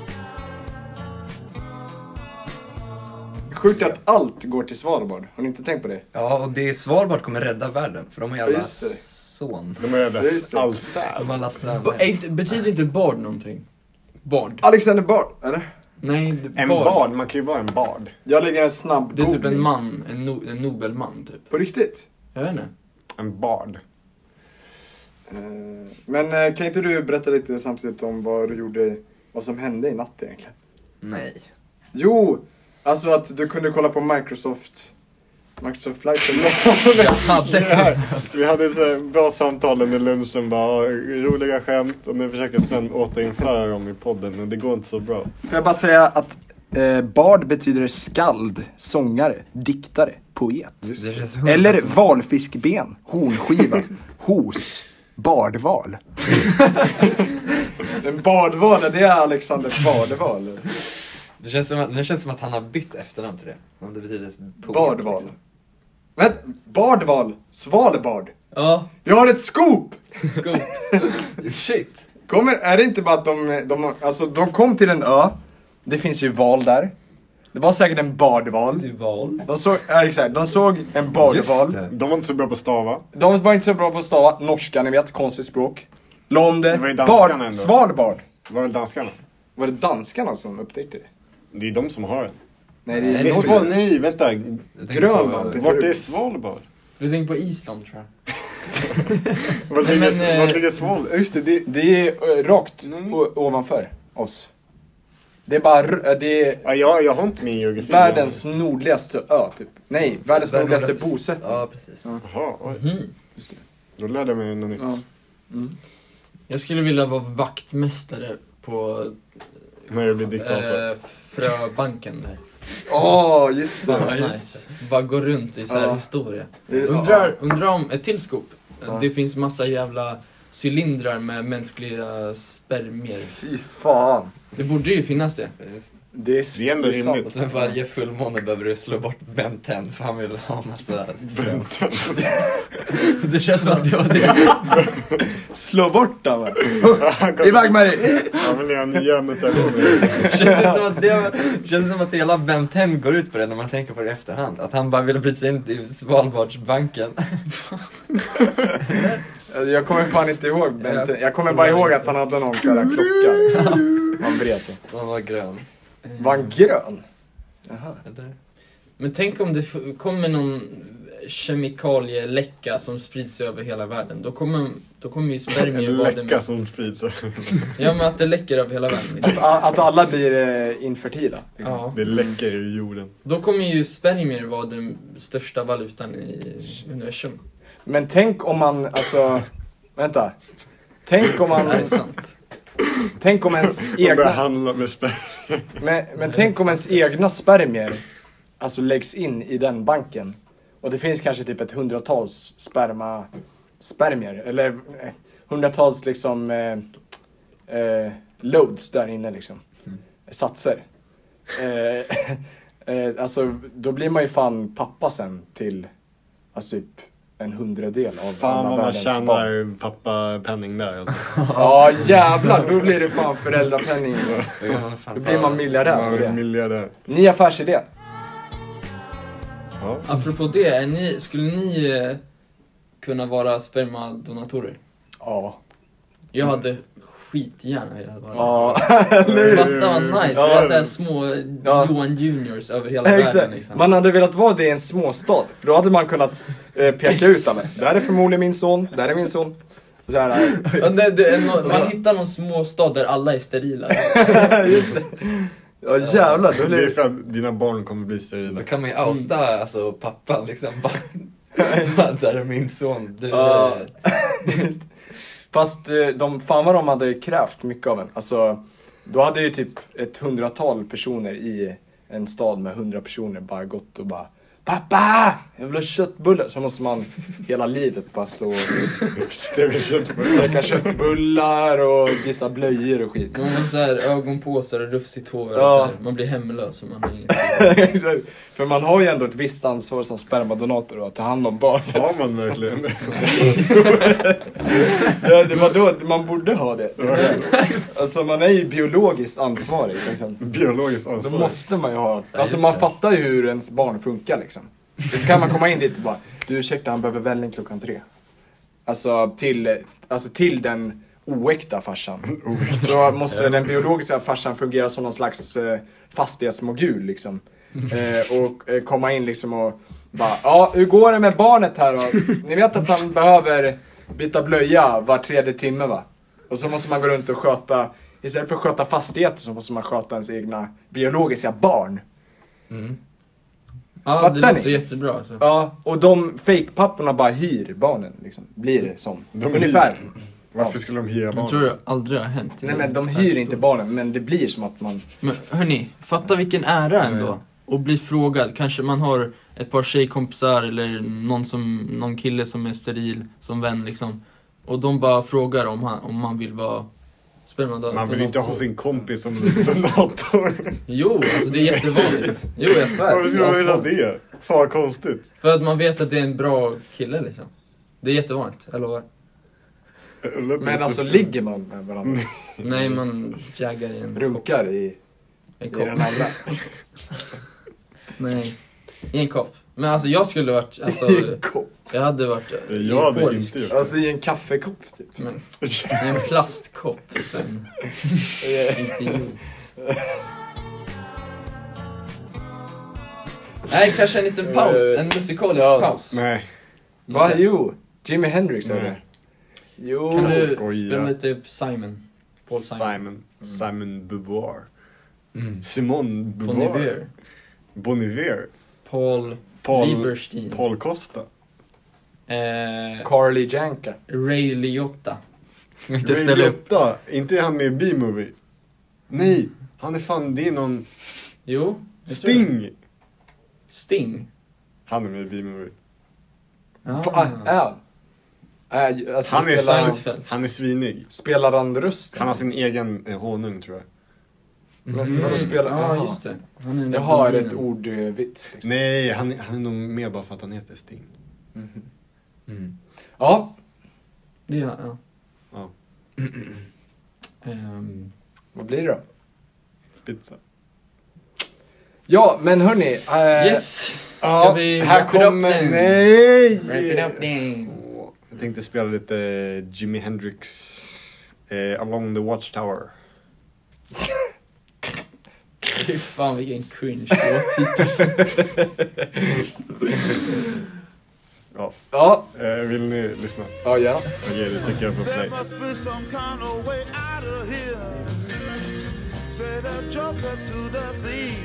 S2: Sjukt att allt går till Svalbard. Har ni inte tänkt på det?
S3: Ja, och det är Svalbard kommer rädda världen. För de har jävla
S2: just det.
S3: son.
S4: De är jävla
S2: Just det.
S3: De
S4: allsäd.
S3: har alla söner.
S5: Betyder inte bard någonting? Bard?
S2: Alexander Bard, eller?
S5: Nej,
S4: En bard, man kan ju vara en bard.
S2: Jag lägger en snabb
S5: Det är typ en
S2: googling.
S5: man, en nobel man typ.
S2: På riktigt?
S5: Jag vet inte.
S4: En bard.
S2: Men kan inte du berätta lite samtidigt om vad du gjorde, vad som hände i natt egentligen?
S3: Nej.
S2: Jo! Alltså att du kunde kolla på Microsoft Flight eller något.
S3: Jag hade...
S4: Vi hade så här bra samtal under lunchen, bara roliga skämt, och nu försöker Sven återinföra dem i podden, men det går inte så bra.
S2: Får jag bara säga att bard betyder skald, sångare, diktare, poet.
S3: Det känns
S2: Eller valfiskben, hornskiva, hos, Bardval. En bardval, det är Alexander Bardval.
S3: Det känns som att han har bytt efternamn till det. Om det betyder poet,
S2: Bardval.
S3: liksom.
S2: Men, Bardval, Svalbard.
S5: Ja,
S2: Vi har ett scoop!
S5: skop.
S3: Shit.
S2: Är det inte bara att de kom till en ö. Det finns ju val där. Det var säkert en bardval. De såg en bardval.
S4: De var inte så bra på stava.
S2: De var inte så bra på att stava. Norska, ni vet, konstigt språk. Londe,
S4: Det var ju danskarna ändå.
S2: Svalbard.
S4: Var det danskarna?
S2: Var det danskarna som upptäckte det?
S4: Det är de som har det.
S2: Nej,
S3: Nej,
S2: det är
S4: Det är
S2: Norge.
S4: Nej, vänta.
S2: Grönland.
S4: Vart är Svalbard?
S5: Du tänker på Island, tror jag.
S4: Vart ligger Svalbard? Just det.
S2: Det är rakt
S4: Nej.
S2: ovanför oss. Det är bara
S4: Ja, jag har inte min geografi.
S2: världens nordligaste ö typ. Nej, världens nordligaste bosättning.
S3: Ja, precis.
S4: Jaha, oj.
S5: Mhm.
S4: Då lärde jag mig något nytt.
S2: Ja.
S5: Jag skulle vilja vara vaktmästare på
S4: När jag blir diktator.
S5: Fröbanken där.
S2: Just det.
S5: Ja, nice. Bara gå runt i så här
S2: Ja.
S5: historia.
S2: Ja.
S5: Undrar om ett till skop.
S2: Ja.
S5: Det finns massa jävla cylindrar med mänskliga spermier.
S2: Fy fan.
S5: Det borde ju finnas det.
S3: Just.
S2: Det är,
S4: Det är ändå
S2: sant.
S4: rimligt.
S3: Och sen varje fullmåne behöver du slå bort Ben 10 för han vill ha massa frö.
S5: Det känns som att det var det.
S2: Slå bort den va. Iväg med dig.
S4: Han vill göra nya mutationer.
S3: Det känns som att hela Ben 10 går ut på det när man tänker på det i efterhand. Att han bara ville bryta sig in i Svalbardsbanken.
S2: Jag kommer fan inte ihåg. Jag kommer bara ihåg att han hade någon sån här klocka. Liksom. Han vred på.
S3: Han var grön.
S2: Var han grön? Jaha.
S3: Eller?
S5: Men tänk om det kommer någon kemikalieläcka som sprids över hela världen. Då kommer ju spermier vara det
S4: Läcka
S5: mest.
S4: som sprids.
S5: Ja, men att det läcker över hela världen. Liksom.
S2: Att alla blir infertila. Liksom.
S5: Ja.
S4: Det läcker i jorden.
S5: Då kommer ju spermier vara den största valutan i universum.
S2: Men tänk om man, alltså... Vänta. Tänk om
S5: Det är
S2: man...
S5: sant.
S2: Tänk om ens
S4: Man börjar
S2: egna...
S4: handla med spermier.
S2: Men tänk om ens egna spermier alltså läggs in i den banken. Och det finns kanske typ ett hundratals spermier. Eller hundratals liksom loads där inne liksom. Satser. Alltså då blir man ju fan pappa sen till alltså typ en 100-del av
S4: Fan
S2: alla
S4: vad man
S2: världens barn.
S4: tjänar pappapenning där alltså.
S2: Ja jävlar, då blir det fan föräldrapenning. Då blir man miljardär
S4: Man
S2: på
S4: är
S2: det.
S4: miljardär.
S2: Ny affärsidé.
S4: Ja.
S5: Apropå det, skulle ni kunna vara spermadonatorer?
S2: Ja.
S5: Jag hade skitgärna velat vara
S2: Ja.
S5: Fatta vad nice,
S2: Ja.
S5: det var såhär små Johan Juniors över hela världen
S2: Exakt.
S5: liksom.
S2: Man hade velat vara det i en småstad. För då hade man kunnat peka ut alla. Där är förmodligen min son, där är min son. Så här,
S5: Ja, man hittar någon småstad där alla är sterila.
S2: just det. Ja jävlar. Då
S4: Det är
S2: blir...
S4: för att dina barn kommer bli sterila.
S3: Då kan man ju outa alltså pappan liksom. Där är min son. Du,
S2: Ja. Just. Fast fan vad de hade krävt mycket av en. Alltså, då hade ju typ ett 100-tal personer i en stad med 100 personer bara gått och bara pappa! Jag vill ha köttbullar. Så måste man hela livet bara slå steka köttbullar och byta blöjor och skit.
S5: Man har så här ögonpåsar och rufsigt hår och
S2: Ja.
S5: så här. Man blir hemlös och man har inget.
S2: Exakt. För man har ju ändå ett visst ansvar som spermadonator att ta hand om barnet.
S4: Har man verkligen det?
S2: Ja, det var då man borde ha det. Alltså man är ju biologiskt ansvarig liksom.
S4: Biologiskt
S2: Då
S4: ansvar.
S2: måste man ju ha. Alltså
S3: just
S2: man
S3: det.
S2: fattar ju hur ens barn funkar liksom. Då kan man komma in dit och bara du ursäkta, han behöver välling 3:00. Alltså till den oäkta farsan. Så måste den biologiska farsan fungera som någon slags fastighetsmogul liksom. Och komma in liksom och bara, ja hur går det med barnet här då? Ni vet att han behöver byta blöja var 3:e timme va? Och så måste man gå runt och sköta, istället för att sköta fastigheter så måste man sköta ens egna biologiska barn.
S5: Ja,
S2: Fattar
S5: det låter
S2: ni?
S5: jättebra alltså.
S2: Ja, och de fake-papporna bara hyr barnen liksom. Blir det som. Ungefär.
S4: Varför skulle de hyra
S5: Jag
S4: barn?
S5: tror det aldrig har hänt.
S2: Nej men de hyr inte barnen, men det blir som att man...
S5: Men hörni, fatta vilken ära ändå. Och bli frågad, kanske man har ett par tjejkompisar eller någon kille som är steril som vän liksom. Och de bara frågar om man vill vara spelmandat.
S4: Man vill inte ha sin kompis som donator.
S5: Jo, alltså det är jättevanligt. Jo, jag svär.
S4: Varför ska man vilja det? Fan konstigt.
S5: För att man vet att det är en bra kille liksom. Det är jättevanligt, eller vad?
S2: Men alltså ligger man med varandra?
S5: Nej, man jaggar i en
S2: Runkar i
S5: kopp.
S2: den andra?
S5: Nej, i en kopp. Men alltså jag skulle varit, alltså,
S2: I en kopp?
S5: jag hade varit
S4: Jag hade inte gjort det.
S2: Alltså i en kaffekopp typ?
S5: Men, i en plastkopp sen. Inte gjort. Nej, kanske en liten paus, en musikalisk paus.
S4: Nej.
S2: Va? Jo, Jimi Hendrix eller?
S4: Nej.
S2: Jo.
S5: Kan du
S4: skojar.
S5: spela lite Simon? Paul
S4: Simon Beauvoir. Simone
S5: Bon
S4: Beauvoir.
S5: Iver.
S4: Bon Iver.
S5: Paul Lieberstein.
S4: Paul Costa.
S2: Carly Janka.
S5: Ray Liotta.
S4: Ray Liotta. Inte han med i B-movie. Nej, han är fan, det är någon...
S5: Jo. jag tror det. Sting.
S4: Han är med i B-movie.
S2: Alltså
S4: Han är svinig.
S2: Spelar han rösten?
S4: Han har sin egen honung, tror jag.
S2: Vadå spelar?
S5: Ja, just det. Han är den
S2: Jag har
S5: blondinen.
S2: ett ordvits. Liksom.
S4: Nej, han är nog mer bara för att han heter Sting.
S2: Ja.
S5: Det är ja.
S4: Ja.
S2: Vad blir det då?
S4: Pizza.
S2: Ja, men hörni.
S5: Yes.
S4: Ja,
S5: vi
S4: här
S5: wrap it up
S4: kommer...
S5: then?
S4: Nej!
S5: Wrap it up then.
S4: Jag tänkte spela lite Jimi Hendrix Along the Watchtower.
S5: Fy fan vilken cringe låttitel.
S4: Ja.
S2: Ja.
S4: Vill ni lyssna?
S2: Ja, ja.
S4: Okej, det tycker jag på play.
S7: Must be some kind of way out of here. Say the joker to the thief.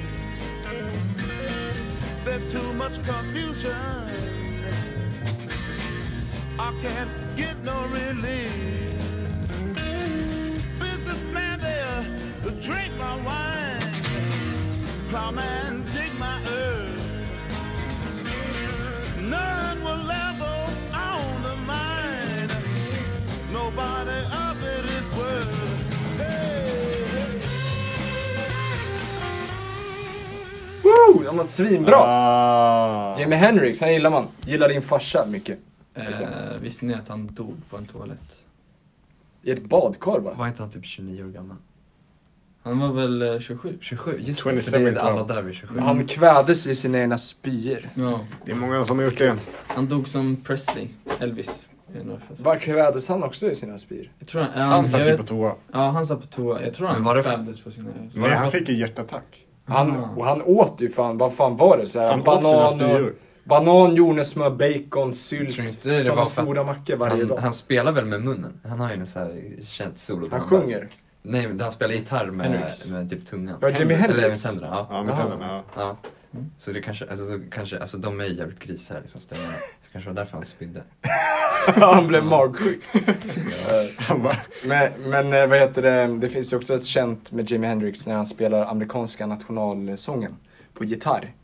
S7: There's too much confusion. I can't get no relief. Businessman there, drink my wine. Plowman, dig my earth. None will level on the mine. Nobody of it is worth. Hey, hey.
S2: Woo! De var svinbra. Jimi
S4: Ah.
S2: Hendrix, han gillar man. Gillar din farsa mycket.
S5: Visste ni att han dog på en toalett?
S2: I ett badkar bara.
S3: Var inte han typ 29 år gammal?
S5: Han var väl 27?
S3: 27, just
S4: 27
S3: det, för det är
S4: Club.
S3: alla där vid 27.
S2: Han kvävdes vid sina egna spyor.
S5: Ja.
S4: Det är många som har gjort det.
S5: Han dog som Presley, Elvis.
S2: Var kvävdes han också i sina spyor?
S5: Jag tror
S4: Han satt
S5: jag
S4: ju
S5: vet-
S4: på toa.
S5: Ja, han satt på toa. Jag tror
S3: Men
S5: han
S3: var det-
S5: kvävdes på sina...
S4: Nej, han fick ju hjärtattack.
S2: Han åt ju fan, vad fan var det? Så här,
S4: Han åt sina
S2: och,
S4: spyor.
S2: banan, jordnötssmör, bacon, sylt.
S3: Tror inte det
S2: Sådana
S3: var för-
S2: stora mackor varje dag.
S3: Han spelar väl med munnen? Han har ju en så här känt solo.
S2: Han sjunger.
S3: Nej, men han spelar gitarr
S2: Hendrix.
S3: med typ tungan.
S2: Ja, Jimi
S3: Eller med
S2: Hendrix.
S3: tänderna, ja.
S4: Ja, med
S2: Jaha.
S4: tänderna. Ja.
S3: Ja. Så det kanske, de är jävligt grisar liksom, stängerna. Så kanske var därför han spydde.
S2: Han blev magsjuk.
S4: Han bara,
S2: Men vad heter det? Det finns ju också ett känt med Jimi Hendrix när han spelar amerikanska nationalsången på gitarr.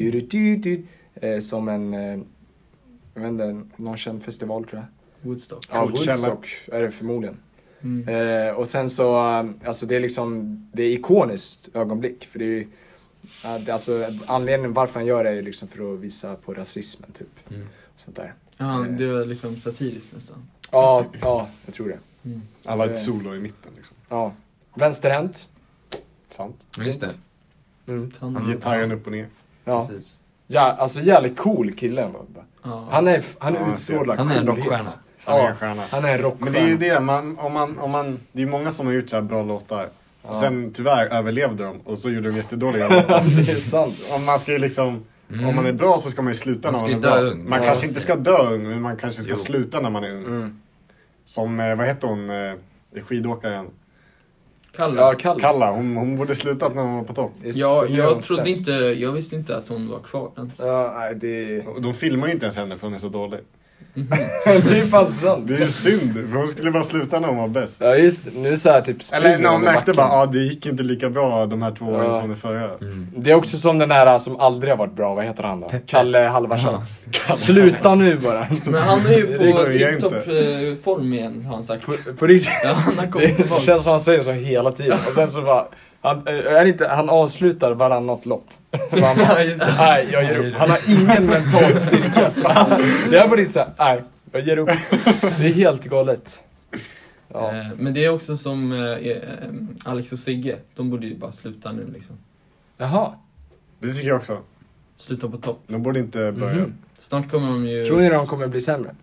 S2: Som en, jag vet inte, någon känd festival tror jag.
S5: Woodstock.
S2: Ja,
S4: Coachella.
S2: Woodstock är det förmodligen.
S5: Mm.
S2: Och sen så, alltså det är liksom, det är ikoniskt ögonblick. För det är ju, alltså anledningen varför han gör det är liksom för att visa på rasismen typ. Sånt där.
S5: Ja, det var liksom satiriskt nästan.
S2: Ja, jag tror det.
S4: alla ett solo i mitten liksom.
S2: Ja. Vänsterhänt.
S4: Sant.
S3: Just det.
S5: Han,
S4: Gitarren upp och ner.
S2: Ja.
S3: Precis.
S2: Ja, alltså jävligt cool killen.
S5: ja.
S2: Han
S4: Ja,
S2: utstrålar
S3: han är en
S2: coolhet.
S3: rockstjärna.
S4: Han är
S2: Ja,
S4: en stjärna.
S2: han är en rockstjärna.
S4: Men det är ju det, om man, det är många som har gjort så här bra låtar. Och sen tyvärr överlevde de och så gjorde de jättedåliga låtar.
S2: Det är sant.
S4: Om man ska ju liksom, om man är bra så ska man ju sluta när
S3: Man
S4: man
S3: ska
S4: är
S3: ju
S4: bra.
S3: dö ung.
S4: Man
S3: Ja,
S4: kanske
S3: just
S4: inte
S3: det.
S4: ska dö ung, men man kanske ska
S3: Jo.
S4: sluta när man är ung. Som, vad heter hon, skidåkaren?
S5: Kalle.
S2: Ja, Kalle.
S4: Kalla, hon borde slutat när hon var på topp.
S5: Ja,
S2: Nu är
S5: jag
S2: hon
S5: trodde
S2: sämst.
S5: inte, jag visste inte att hon var kvar ens.
S2: Ja, nej, det...
S4: Och de filmar ju inte ens henne för hon är så dålig.
S2: Det är fan sant.
S4: Det är synd, för hon skulle bara sluta när hon var bäst.
S2: Ja just det. Nu så här typ
S4: Eller när hon
S2: under
S4: märkte
S2: backen.
S4: bara, det gick inte lika bra de här 2 åren som det förra.
S2: Det är också som den där som aldrig har varit bra. Vad heter han då? Kalle Halvarsson. Sluta nu bara.
S5: Men han är ju
S4: Det
S5: på
S4: går ju inte.
S5: tip-top-form igen, har han sagt.
S2: På riktigt.
S5: Ja, han har kommit
S2: Det
S5: tillbaka.
S2: känns som han säger så hela tiden. Och sen så bara... Han avslutar varannat lopp. Han bara, nej, jag ger upp. Han har ingen mental styrka. Det är bara lite såhär, nej, jag ger upp. Det är helt galet. Ja.
S5: Men det är också som Alex och Sigge. De borde ju bara sluta nu liksom.
S2: Jaha.
S4: Det tycker jag också.
S5: Sluta på topp.
S4: De borde inte börja.
S5: Snart kommer de ju...
S2: Tror ni de kommer bli sämre?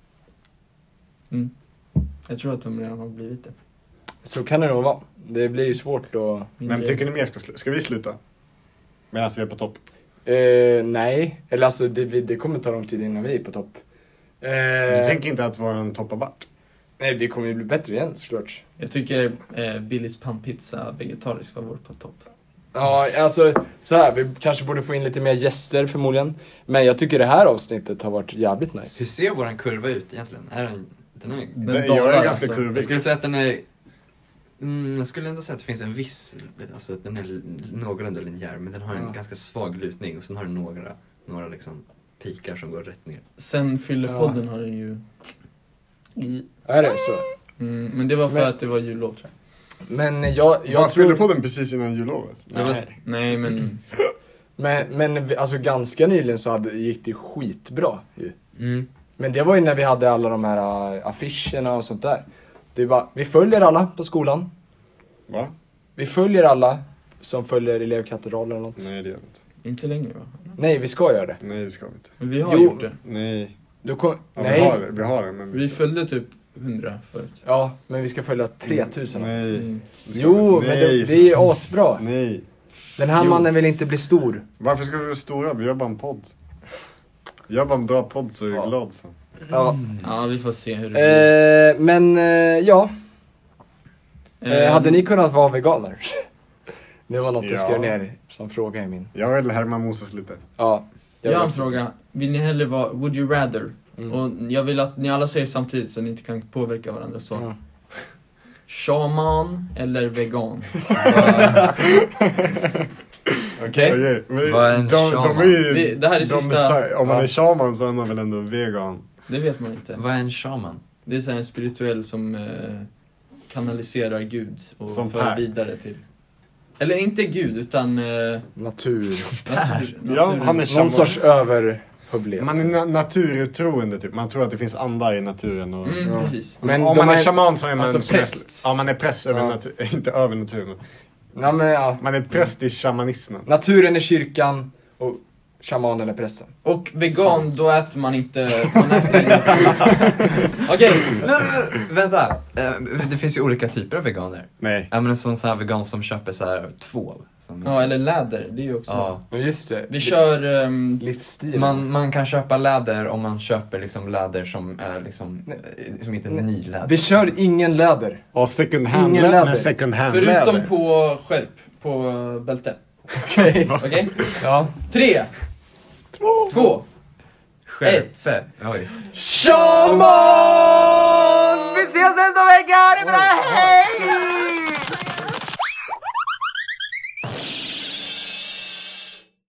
S5: Jag tror att de redan har blivit det.
S2: Så kan det nog vara. Det blir ju svårt att...
S4: Men tycker ni mer ska vi sluta? Medan vi är på topp?
S2: Nej. Eller alltså det kommer ta lång tid innan vi är på topp.
S4: Du tänker inte att våran topp har varit?
S2: Nej, vi kommer ju bli bättre igen såklart.
S5: Jag tycker Billys pannpizza vegetarisk var vår på topp.
S2: Ja, alltså så här, vi kanske borde få in lite mer gäster förmodligen. Men jag tycker det här avsnittet har varit jävligt nice.
S3: Hur ser våran kurva ut egentligen? Den är...
S4: Jag är ganska kurvig.
S3: Jag skulle säga att den är... jag skulle ändå säga att det finns en viss... Alltså att den är någorlunda linjär. Men den har en ganska svag lutning. Och sen har den några liksom pikar som går rätt ner.
S5: Sen Fyllepodden har den ju...
S2: Är det så?
S5: Men det var för att det var jullov, tror jag.
S2: Men jag
S4: Vad
S2: tror...
S4: fyllde på den precis innan jullovet?
S5: Nej, men...
S2: Men alltså ganska nyligen så gick det skitbra ju. Men det var ju när vi hade alla de här affischerna och sånt där. Det är bara, vi följer alla på skolan.
S4: Va?
S2: Vi följer alla som följer elevkatedralen eller något.
S4: Nej, det gör vi inte.
S5: Inte längre, va?
S2: Nej, vi ska göra det.
S4: Nej, det ska vi inte.
S5: Men vi har
S2: Jo.
S5: gjort det.
S4: Nej.
S2: Ja,
S4: Nej. Vi har det, men
S5: Vi
S4: ska...
S5: följde typ 100 förut.
S2: Ja, men vi ska följa 3000.
S4: Nej. Det ska
S2: Jo,
S4: vi-
S2: men
S4: Nej,
S2: det är asbra.
S4: Nej.
S2: Den här mannen vill inte bli stor.
S4: Varför ska vi vara stora? Vi gör bara en podd. Vi gör bara en bra podd så är jag glad sen.
S2: Ja.
S5: Ja, vi får se hur det blir.
S2: Men ja, hade ni kunnat vara veganer? Det var något jag skrev ner som fråga i min.
S4: Jag vill härma Moses lite.
S2: Ja.
S5: Jag har en fråga. Vill ni hellre vara would you rather? Och jag vill att ni alla säger samtidigt så ni inte kan påverka varandra så.
S2: Ja.
S5: Shaman eller vegan? Okej?
S4: Okej, men
S3: Vad är en
S4: de
S3: shaman?
S4: är ju...
S5: Det här är sista...
S4: Om man är shaman så är man väl ändå vegan.
S5: Det vet man inte.
S3: Vad är en shaman?
S5: Det är så här en spirituell som kanaliserar Gud och
S4: Som
S5: för
S4: Per.
S5: vidare till... Eller inte Gud, utan...
S2: Natur.
S4: Ja, han är shaman.
S2: Någon sorts överhuvlighet.
S4: Man är naturtroende typ. Man tror att det finns andar i naturen. Och...
S5: precis.
S2: Men
S4: om
S2: de
S4: man är shaman så är man...
S2: alltså
S4: som
S2: präst.
S4: Ja, man är präst över
S2: Ja.
S4: naturen. Inte över naturen.
S2: Ja, men, ja.
S4: Man är präst i shamanismen.
S2: Naturen är kyrkan och shamanen är prästen.
S5: Och vegan, då äter man inte... Man äter inte. Okej.
S3: Vänta, det finns ju olika typer av veganer.
S4: Nej.
S3: Ja, men en sån här vegan som köper så här tvål. Som
S5: Ja, eller läder, det är ju också...
S3: Ja.
S2: Men just det.
S5: Vi kör...
S2: Livsstil.
S3: Man kan köpa läder om man köper liksom läder som är liksom som inte är ny läder.
S2: Vi kör ingen läder.
S4: Och second hand
S2: Ingen
S4: läder.
S2: läder.
S4: Men second hand
S5: förutom
S4: läder.
S5: på skärp, på bälte.
S2: Okej.
S5: Okej?
S2: Ja.
S5: 3, 2,
S3: Skärpe. Oj.
S2: Shaman!